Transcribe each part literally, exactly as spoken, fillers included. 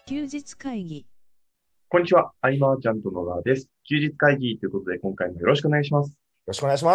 休日会議。 こんにちは。アイマーちゃんと野川です。休日会議ということで、今回もよろしくお願いします。 ろしくお願いします。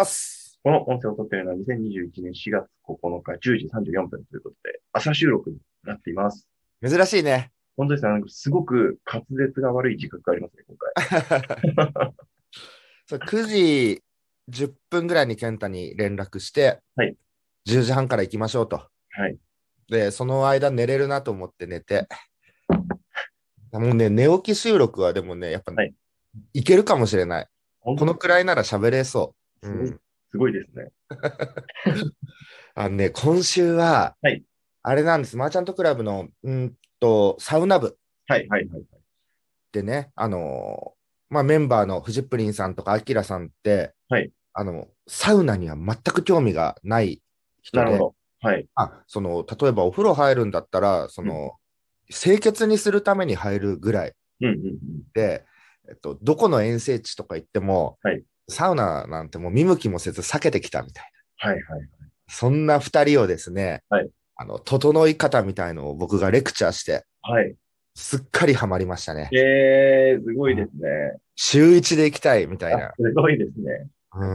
この音声を撮っているのはにせんにじゅういちねんしがつここのかじゅうじさんじゅうよんぷんということで、朝収録になっています。 珍しいね。 本当ですね。なんかすごく滑舌が悪い自覚がありますね、今回。 そうくじじゅっぷんぐらいに健太に連絡して、 はい。 じゅうじはんから行きましょうと。 はい。 で、その間寝れるなと思って寝て、もうね、寝起き収録はでもね、やっぱ、 はい。 いけるかもしれない。 本当このくらいなら喋れそう。 すごい、 うん。 すごいですね。 あのね、今週は、 はい。 あれなんです、マーチャントクラブの、うんと、サウナ部はい。はい。はい。 でね、あのーまあ、メンバーのフジップリンさんとかアキラさんって、 はい。 あの、サウナには全く興味がない人で、 なるほど。はい。 あ、その、例えばお風呂入るんだったら、そうん。 の、清潔にするために入るぐらいうん。うん。うん。 で、えっと、どこの遠征地とか行っても、 はい。 サウナなんてもう見向きもせず避けてきたみたいな。 はい。はい。 そんな二人をですね、 はい。 あの、整い方みたいのを僕がレクチャーして、 はい。 すっかりハマりましたね。 えー、すごいですね。 週一で行きたいみたいあ、 な。 すごいですね。 うん。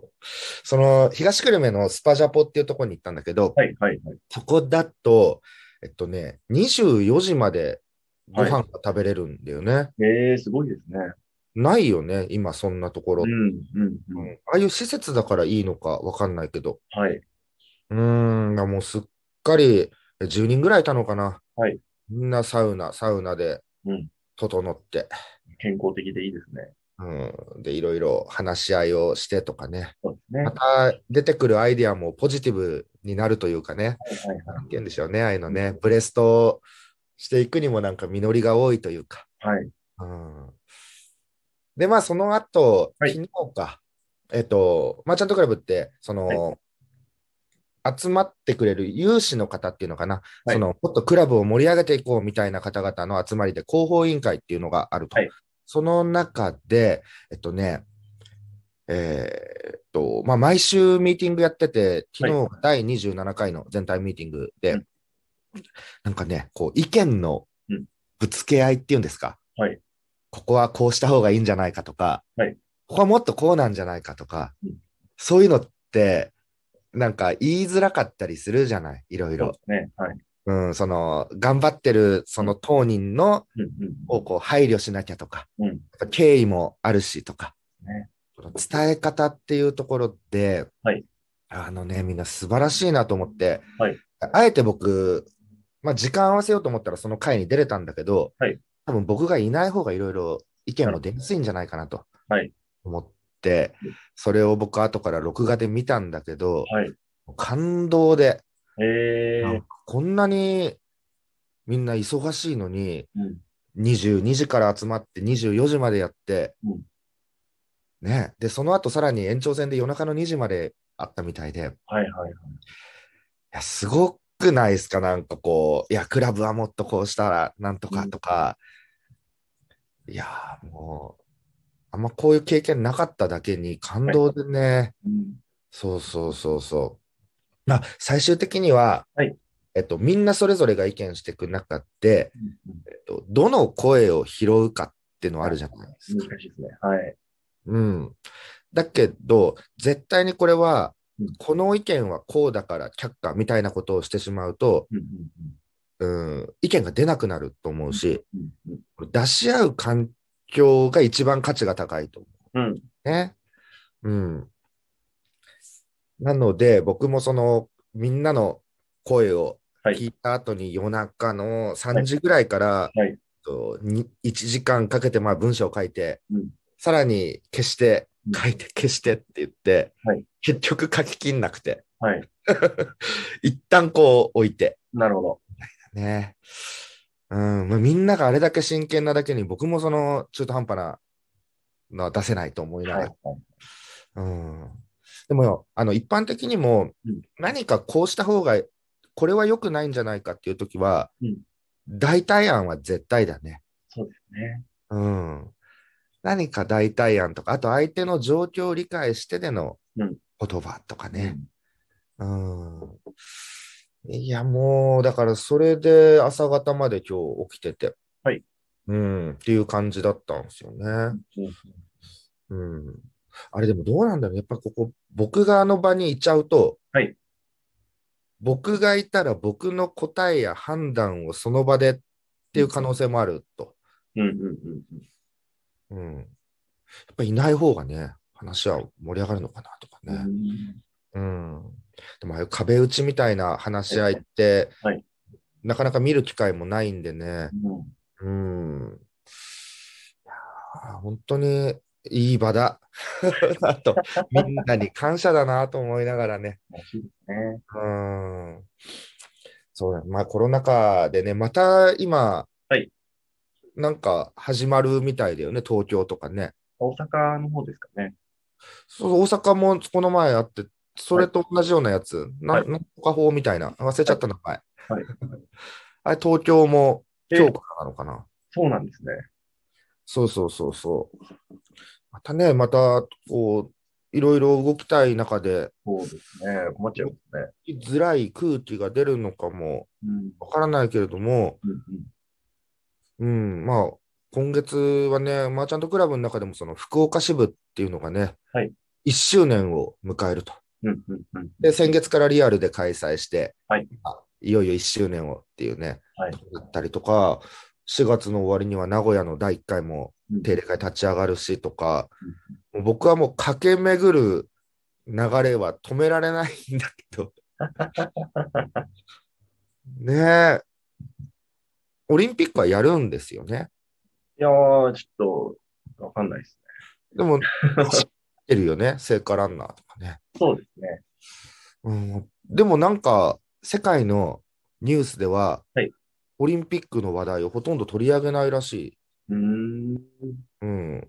その、東久留米のスパジャポっていうところに行ったんだけど、 はい。はい。はい。 そこだと、えっとね、にじゅうよじまでごはい。 飯が食べれるんだよね。 えー、すごいですね。 ないよね、今そんなところ。 うん。うん。うん。 うん、ああいう施設だからいいのかわかんないけど。 はい。 うーん、もうすっかりじゅうにんぐらいいたのかな。 はい。 みんなサウナ、サウナでうん。 整って、 健康的でいいですね。 うん、で、いろいろ話し合いをしてとかね。 そうですまね。 た出てくるアイディアもポジティブになるというかね。 はいはいはい。 なんて言うんでしょうね、ああいうのうん。 ね。ブレストしていくにもなんか実りが多いというか。 はい。 うん、で、まあ、その後、 はい。 昨日か、えっと、マーチャントクラブって、そはい。 の、集まってくれる有志の方っていうのかな、 はい。 その、もっとクラブを盛り上げていこうみたいな方々の集まりで広報委員会っていうのがあると。 はい。 その中で、えっとね、えーっと、まあ、毎週ミーティングやってて、昨はい。 日だいにじゅうななかいの全体ミーティングで、 うん。 なんかね、こう、意見のうん。 ぶつけ合いっていうんですか、 はい。 ここはこうした方がいいんじゃないかとか、 はい。 ここはもっとこうなんじゃないかとか、 うん。 そういうのって、なんか言いづらかったりするじゃない、いろいろ。 そうですね。はい。 うん、その、頑張ってる、そうん。 の当人の、 うん。うん。 をこう配慮しなきゃとか、 うん。うん。 敬意もあるしとか、 ね。 伝え方っていうところで、 はい。 あのね、みんな素晴らしいなと思って、 はい。 あえて僕、まあ、時間合わせようと思ったらその会に出れたんだけど、 はい。 多分僕がいない方がいろいろ意見なるも出やすいんじゃないかなとはい。 思って、それを僕後から録画で見たんだけど、 はい。 感動で、なんえかこんなにみんな忙しいのに、 ー。うん。 にじゅうにじから集まってにじゅうよじまでやって、 うん。 ね、で、その後さらに延長戦で夜中のにじまであったみたいで、いはい。はい。 や、すごくないですか、なんかこう、いや、クラブはもっとこうしたらなんとかうん。 とか、いや、もう、あんまこういう経験なかっただけに感はい。 動でね、 うん。 そうそうそうそう。まあ、最終的には、 はい。 えっと、みんなそれぞれが意見していく中で、 うん。うん。 えっと、どの声を拾うかっていうのはああ、 るじゃないです難か。 しいですね。はい。 うん。だけど、絶対にこれは、 うん。 この意見はこうだから却下みたいなことをしてしまうと、 うん。うん。 うん、意見が出なくなると思うん。 うし、 うん。うん。 出し合う環境が一番価値が高いと思うん。 うね。うん。なので、僕もその、みんなの声をはい。 聞いた後に夜中の3 はい。 時ぐらいから、 はい。 とにいちじかんかけてまあ文章を書いて、 うん。 さらに消して、 うん。 書いて消してって言って、 はい。 結局書ききんなくて、 はい。 一旦こう置いて、 なるほど。 ね。うん、まあみんながあれだけ真剣なだけに、僕もその中途半端なのは出せないと思いなはい。 がら。 はい。 うん、でもよ、あの一般的にもうん。 何かこうした方が、これは良くないんじゃないかっていうときは、 うん。 代替案は絶対だね。 そうですね。 うん。何か代替案とか、あと相手の状況を理解してでのうん。 言葉とかね。 うん。 うん。いや、もう、だからそれで朝方まで今日起きてて。 はい。 うん、っていう感じだったんですよね。 うん。 うん。あれでもどうなんだろう。やっぱここ、僕があの場にいちゃうと、 はい。 僕がいたら僕の答えや判断をその場でっていううん。 可能性もあると。 うん。うん。うん。 うん。やっぱいない方がね、話は盛り上がるのかなとかうね。 ん。 うん。でもああいう壁打ちみたいな話はい。 し合いって、 はい。 なかなか見る機会もないんでね。 うん。 うん。本当にいい場だ。あと、みんなに感謝だなと思いながらね。 らしいですね。 うん。そうだ。まあコロナ禍でね、また今、 はい。 なんか始まるみたいだよね、東京とかね。 大阪の方ですかね。 そう、大阪もこの前あって、そはい。 れと同じようなやつ、なん、 はい。 なんとか法みたいな、忘れちはい。 ゃった名前。 はい。 あれ、東京も今え、 日からなのかな。 そうなんですね。 そうそうそうそう。またね、また、こう、いろいろ動きたい中で、 そうですね。困っちゃい動ますね。 きづらい空気が出るのかもうん。 わからないけれども、 うん。うん。 うん、まあ、今月はね、マーチャントクラブの中でもその福岡支部っていうのがね、 はい。 いっしゅうねんを迎えると。 うん。うん。うん。 で、先月からリアルで開催して、 はい。 あいよいよいっしゅうねんをっていうね、 はい。 とこだったりとか、しがつの終わりには名古屋のだいいっかいもうん。 定例会立ち上がるしとか、 うん。 もう僕はもう駆け巡る流れは止められないんだけど、ねえ、オリンピックはやるんですよね。 いやー、ちょっと、わかんないですでも、走ね。 ってるよね、聖火ランナーとかね。 そうですね。 うん、でもなんか、世界のニュースでは、 はい。 オリンピックの話題をほとんど取り上げないらしい。 うーん。 うん、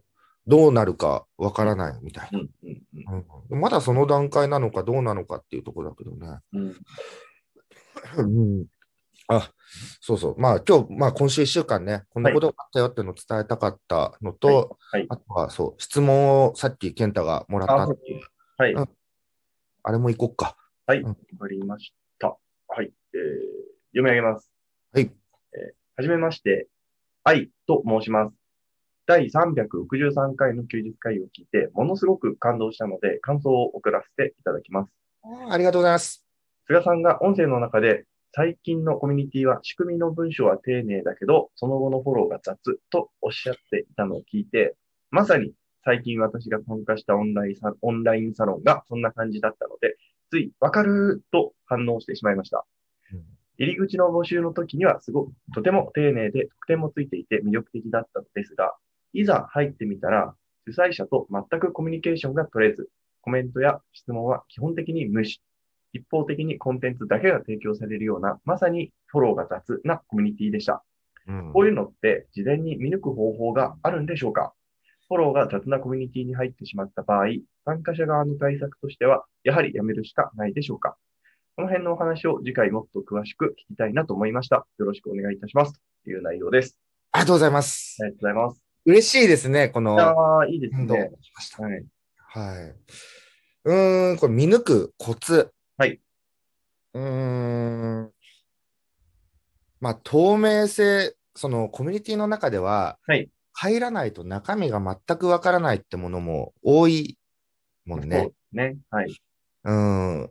どうなるかわからないみたいうん。うん。うん。 な。うん、まだその段階なのかどうなのかっていうところだけどね。 うん。 うん、あ、そうそう。まあ今日、まあ今週いっしゅうかんね、こんなはい。 ことがあったよっていうのを伝えたかったのはい。 と、 はい。 あとはそう、質問をさっき健太がもらっあ、 たっていう、 そうですね。はい。 うん、あれも行こっか。 はい。 うん、 わかりました。はい。えー、読み上げます。 はい。 えーはじめまして、愛と申します。だいさんびゃくろくじゅうさんかいの休日会議を聞いて、ものすごく感動したので、感想を送らせていただきます。 あありがとうございます。 菅さんが音声の中で、最近のコミュニティは仕組みの文章は丁寧だけど、その後のフォローが雑とおっしゃっていたのを聞いて、まさに最近私が参加したオンラインサオンラインサロンがそんな感じだったので、ついわかると反応してしまいました。 うん、 入り口の募集の時にはすごく、とても丁寧で特典もついていて魅力的だったのですが、いざ入ってみたら、主催者と全くコミュニケーションが取れず、コメントや質問は基本的に無視。一方的にコンテンツだけが提供されるような、まさにフォローが雑なコミュニティでした。 うん、 こういうのって事前に見抜く方法があるんでしょうか？フォローが雑なコミュニティに入ってしまった場合、参加者側の対策としては、やはりやめるしかないでしょうか？この辺のお話を次回もっと詳しく聞きたいなと思いました。よろしくお願いいたします。という内容です。 ありがとうございます。 ありがとうございます。 嬉しいですね、こいやのー、いいです運動ね。 をしました。 はい。 はい。うーん、これ見抜くコツ。 はい。 うーん、まあ透明性、そのコミュニティの中では、 はい。 入らないと中身が全くわからないってものも多いもんね。 そうですね。はい。 うん。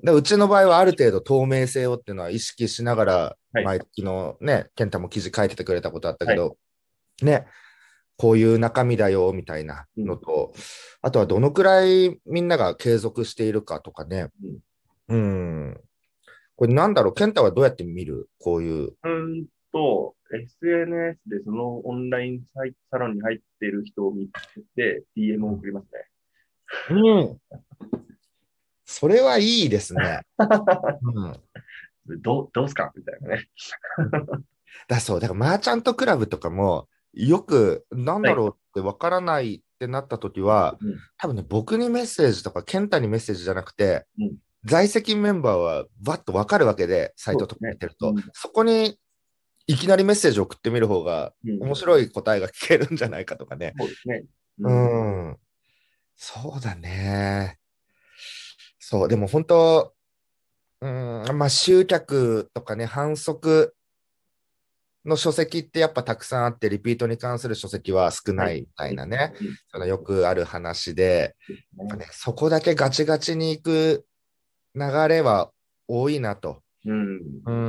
で、うちの場合はある程度透明性をっていうのは意識しながら、 はい。 毎月のね、健太も記事書いててくれたことあったけはい。 ど、ね、こういう中身だよみたいなうん。 のと、あとはどのくらいみんなが継続しているかとかね。 うん。 うん。これなんだろう、健太はどうやって見るこういう。 うーんと、エスエヌエス でそのオンラインサイサロンに入っている人を見つけて ディーエム を送りますね。 うん。それはいいですね。うん。 どう、どうすかみたいなね。 だそう、だからマーチャントクラブとかも、よくなんはい。 だろうってわからないってなった時は、 うん。 多分ね、僕にメッセージとか、健太にメッセージじゃなくて、 うん。 在籍メンバーはバッとわかるわけで、サイトとかそうですね。 見てると、 うん。 そこにいきなりメッセージを送ってみる方が、 うん。 面白い答えが聞けるんじゃないかとかね。 そうですね。ううん。 ん。そうだね。そう、でも本当、うん、まあ集客とかね、反則の書籍ってやっぱたくさんあって、リピートに関する書籍は少はい。 ないみたいなね、 うん。 そのよくある話で、 ですね。 やっぱね、そこだけガチガチに行く流れは多いなと。 うん。 うん。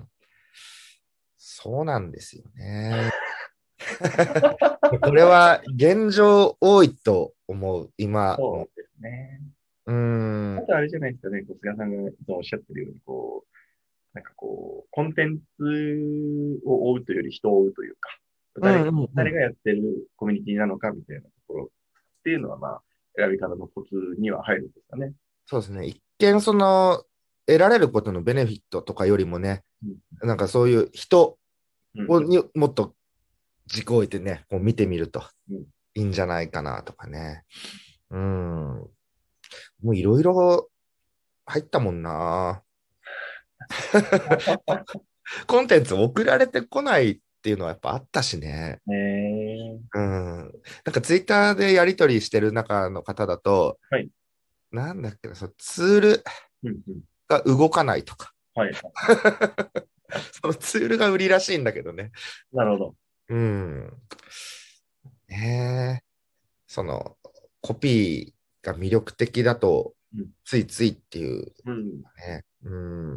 そうなんですよね。これは現状多いと思う、今も。 そうですね。 うん。うんあとあれじゃないですかね、こう菅さんがいつもおっしゃってるように、こう、なんかこう、コンテンツを追うというより人を追うというか、誰、 うんうん。 誰がやってるコミュニティなのかみたいなところっていうのは、まあ、選び方のコツには入るんですかね。 そうですね。一見その、得られることのベネフィットとかよりもね、 うん。 なんかそういう人うん。 をにもっと軸を置いてね、こう見てみるとうん。 いいんじゃないかなとかね。うん。もういろいろ入ったもんな。コンテンツ送られてこないっていうのはやっぱあったしね。 えー、 うん。なんかツイッターでやり取りしてる中の方だと、 はい。 なんだっけな、そのツールうん。うん。 が動かないとか、 はい。 そのツールが売りらしいんだけどね。 なるほど。 うん。ねえ。その、コピーが魅力的だと、 うん。 ついついっていううん。 ね。うん。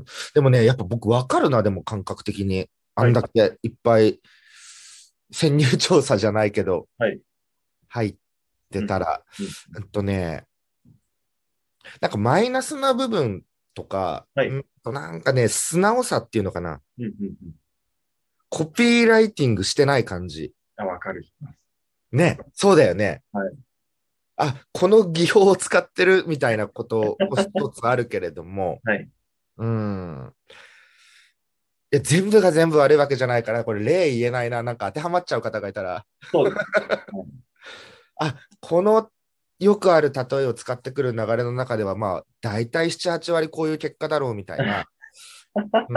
でもね、やっぱ僕わかるな、でも感覚的に。あはい。 んだけいっぱい潜入調査じゃないけど、 はい。 入ってうん。 たら、 うん。 うんとね、なんかマイナスな部分とか、 はい。 うんとなんかね、素直さっていうのかな。 うん。うん。うん。 コピーライティングしてない感じ。 あ、わかる。 ね、そうだよね。 はい。 あ、この技法を使ってるみたいなことも一つあるけれども、 はい。 うん。いや、全部が全部悪いわけじゃないから、これ例言えないな。なんか当てはまっちゃう方がいたら、 そうです。はい。 あ、このよくある例えを使ってくる流れの中では、まあ、大体なな、はち割こういう結果だろうみたいな。うん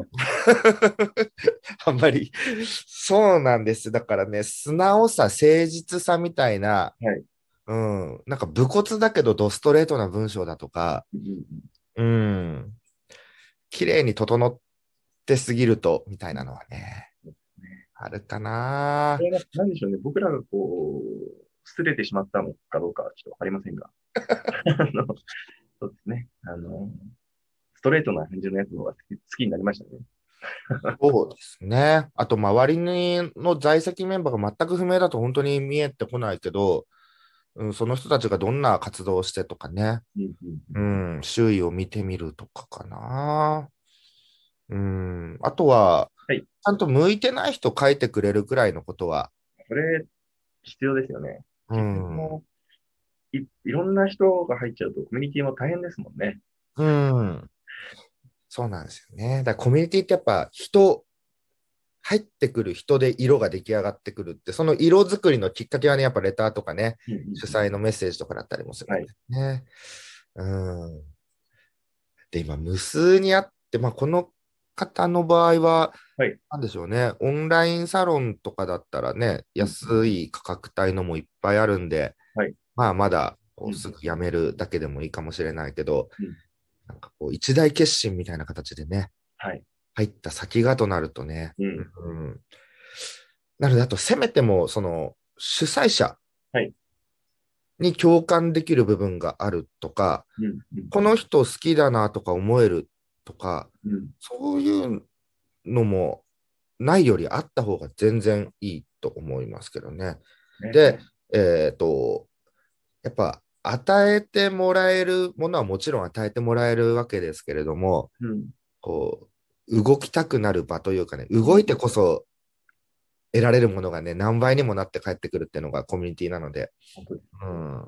あんまり、そうなんです。だからね、素直さ、誠実さみたいな、 はい。 うん、なんか武骨だけどドストレートな文章だとか、 うん。うん。 うん、綺麗に整ってすぎると、みたいなのはね、 ね。 あるかな。 これが、なんでしょうね。僕らがこう、捨てれてしまったのかどうかはちょっとわかりませんが。あの、そうですね。あの、ストレートな感じのやつの方が好き、好きになりましたね。 そうですね。あと、周りにの在籍メンバーが全く不明だと本当に見えてこないけど、うん、その人たちがどんな活動をしてとかね、 うん。うん。ううん。 ん、周囲を見てみるとかかな。うん、あとは、 はい。 ちゃんと向いてない人書いてくれるくらいのことは、 これ、必要ですよね。 う自分ん、 もい、いろんな人が入っちゃうとコミュニティも大変ですもんね。 うん、そうなんですよね。だからコミュニティってやっぱ人、入ってくる人で色が出来上がってくるって、その色作りのきっかけはね、やっぱレターとかね、 うん。うん。 主うん。 催のメッセージとかだったりもするはい。 んですね。うん。で、今、無数にあって、まあ、この方の場合は、 はい。 なんでしょうね、オンラインサロンとかだったらね、 うん。 安い価格帯のもいっぱいあるんで、 はい。 まあ、まだこうん。 うすぐ辞めるだけでもいいかもしれないけど、 うん。 なんかこう、一大決心みたいな形でね、 はい。 入った先がとなるとね、 うん。 うん、なので、あと、せめても、その、主催者はい。 に共感できる部分があるとか、 うん。うん。 この人好きだなとか思えるとか、 うん。 そういうのもないよりあった方が全然いいと思いますけどね。 ね。 で、えっと、やっぱ与えてもらえるものはもちろん与えてもらえるわけですけれども、 うん。 こう、動きたくなる場というかね、動いてこそ得られるものがね、何倍にもなって帰ってくるっていうのがコミュニティなので、 本当です。 うん、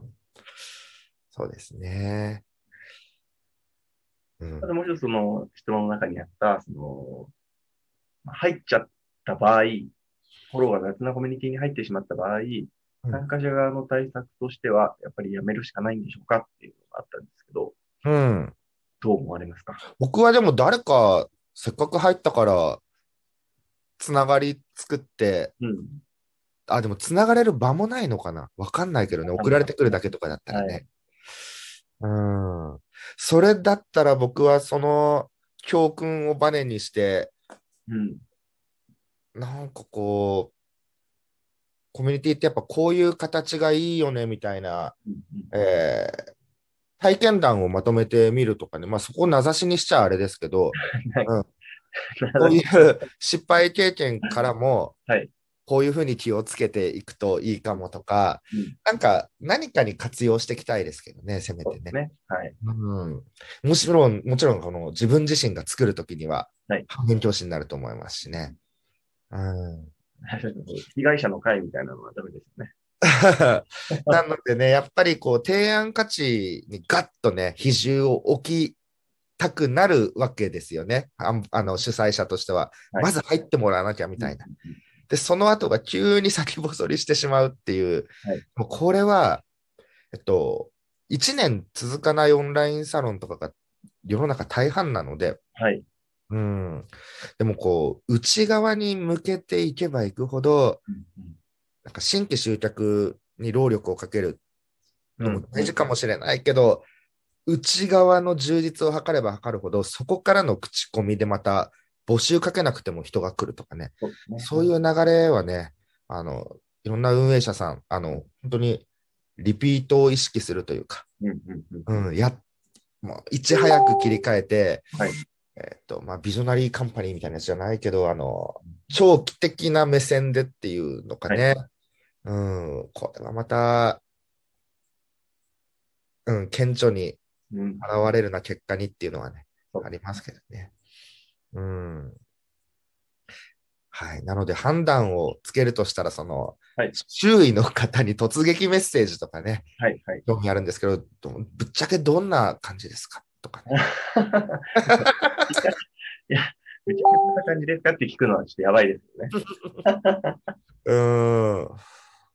そうですね。うん。 あともう一つその質問の中にあった、その、入っちゃった場合、フォローが雑なコミュニティに入ってしまった場合、 うん。 参加者側の対策としては、やっぱりやめるしかないんでしょうかっていうのがあったんですけど、 うん。 どう思われますか？ 僕はでも誰かせっかく入ったからつながり作って、 うん。 あ、でもつながれる場もないのかなわかんないけどね。 わかんないで送られてくるすね。 だけとかだったらはい。 ね。うん。それだったら僕はその教訓をバネにして、 うん。 なんかこう、コミュニティってやっぱこういう形がいいよねみたいな、 うんうんえー体験談をまとめてみるとかね、まあそこを名指しにしちゃあれですけど、 はいうん、そういう失敗経験からも、 はい。 こういうふうに気をつけていくといいかもとか、 うん、 なんか何かに活用していきたいですけどね、せめてね。 そうですね。はい。 うん、もちろん、もちろんこの自分自身が作るときにははい。 反面教師になると思いますしね。うん、 被害者の会みたいなのはダメですよね。 なのでね、やっぱりこう提案価値にガッとね、比重を置きたくなるわけですよね。ああの主催者としては。 はい。 まず入ってもらわなきゃみうんうんたいな。 うん、 で、その後が急に先細りしてしまうっていう、 はい。 もうこれは、えっと、いちねん続かないオンラインサロンとかが世の中大半なので、 はい。 うん。でもこう、内側に向けていけばいくほど、 うんうんなんか新規集客に労力をかけるのもうんうん、 大事かもしれないけど、内側の充実を図れば図るほど、そこからの口コミでまた募集かけなくても人が来るとかね。 そうですね。 そういう流れはね、あの、いろんな運営者さん、あの、本当にリピートを意識するというか、 うんうんうんうん、 うん、や、もういち早く切り替えて、 はい。 えっと、まあ、ビジョナリーカンパニーみたいなやつじゃないけど、あの、長期的な目線でっていうのかはい。 ね。うん、これはまた、うん、顕著にうん。 現れるな結果にっていうのはね、 そう。 ありますけどね。うん。はい。なので判断をつけるとしたら、その、 はい。 周囲の方に突撃メッセージとかね、 はい。はい。 興味あるんですけど、どぶっちゃけどんな感じですかとかね。 いや、いや、めちゃくちゃこんな感じですかって聞くのはちょっとやばいですよね。 うーん。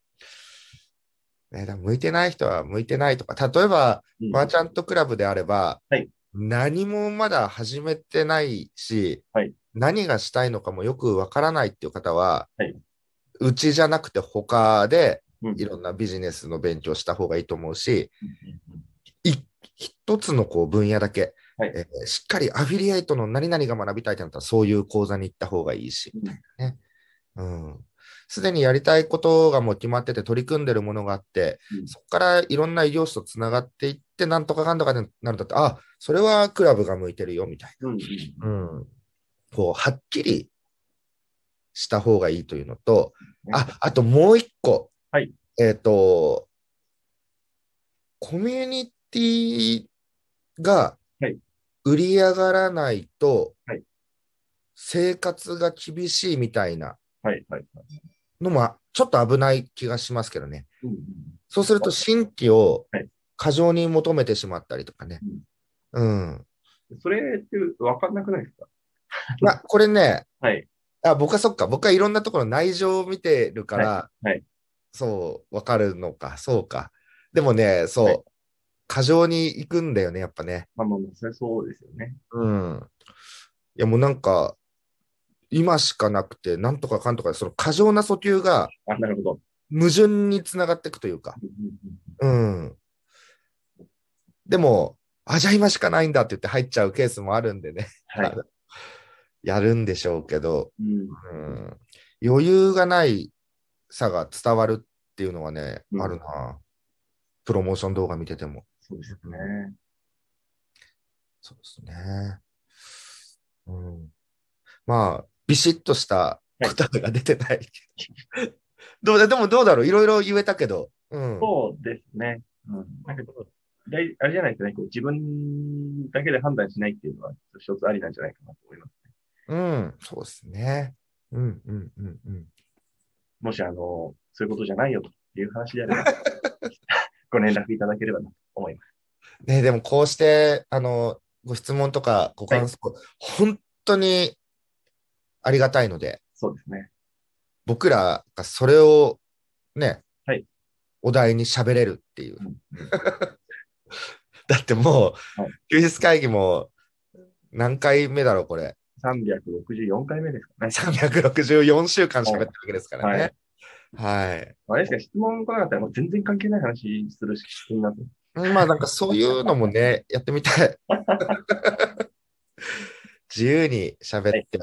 ね、だから向いてない人は向いてないとか、例えば、 うん。 マーチャントクラブであれば、 はい。 何もまだ始めてないし、 はい。 何がしたいのかもよくわからないっていう方は、 はい。 うちじゃなくて他でうん。 いろんなビジネスの勉強した方がいいと思うし、 うんうんうん、 い一つのこう分野だけ、 はい。 えーしっかりアフィリエイトの何々が学びたいってなったら、そういう講座に行った方がいいし、 うん。 みたいなね。うん。すでにやりたいことがもう決まってて取り組んでるものがあって、 うん。 そこからいろんな異業種とつながっていって、なんとかかんとかになるんだって、あ、それはクラブが向いてるよ、みたいうん。うん。 な。うん。こう、はっきりした方がいいというのと、 ね。 あ、あともう一個、 はい。 えっと、コミュニティがはい。 売り上がらないとはい。 生活が厳しいみたいなはい。はい。 のもちょっと危ない気がしますけどね。 うん。うん。 そうすると新規をはい。 過剰に求めてしまったりとかね。 うん。 うん。 それって分かんなくないですか？ いや、これね、 はい。 あ、僕はそっか。僕はいろんなところ内情を見てるかはい。 ら、 はい。 そう、わかるのか。そうか。でもね、 はい。 そう、過剰に行くんだよね、やっぱね。 まあまあまあ、それはそうですよね。 うん。いや、もうなんか、今しかなくて、なんとかかんとか、その過剰な訴求があ、なるほど。 矛盾につながっていくというか。 うんうんうん。でも、あ、じゃあ今しかないんだって言って入っちゃうケースもあるんでね。 はい。 やるんでしょうけど、 うん。 うん、余裕がないさが伝わるっていうのはね、 うん。 あるな。プロモーション動画見てても。 そうですうん、 ね。 そうですね。うん、まあ、ビシッとしたはい。 答えが出てない。どうだ、でもどうだろう、いろいろ言えたけど。うん。 そうですね。うん。だけど、大あれじゃないですかね。こう自分だけで判断しないっていうのは一つありなんじゃないかなと思います。 うん、そうですね。うん、うん、うん、うん。 もし、あの、そういうことじゃないよという話であれば、ご連絡いただければなと思います。 ね、でもこうして、あの、ご質問とかごはい。 感想、本当にありがたいので、 そうですね。 僕らがそれをね、 はい。 お題に喋れるっていう。 うん。うん。 だってもう、 はい。 休日会議も何回目だろう、これ。 さんびゃくろくじゅうよんかいめですかね。 さんびゃくろくじゅうよんしゅうかん喋ったはい。 わけですからはい。 ね。はい。 あれですか、質問来なかったらもう全然関係ない話するし、気になって。 まあなんかそういうのもね、やってみたい。自由に喋はい。 って、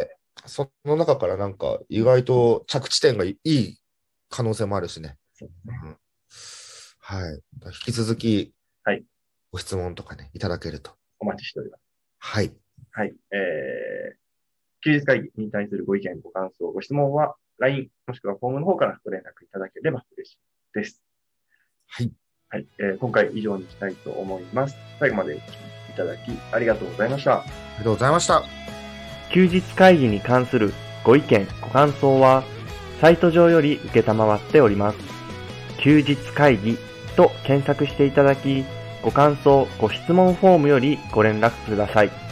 その中からなんか意外と着地点がいい可能性もあるしね。 そうですね。 うん、はい。引き続き、 はい。 ご質問とかね、いただけると。 お待ちしております。 はい。 はい。えー、休日会議に対するご意見、ご感想、ご質問は ライン もしくはフォームの方からご連絡いただければ嬉しいです。 はい。 はい。えー、今回以上にしたいと思います。最後までお聞きいただきありがとうございました。 ありがとうございました。 休日会議に関するご意見、ご感想は、サイト上より受けたまわっております。休日会議と検索していただき、ご感想、ご質問フォームよりご連絡ください。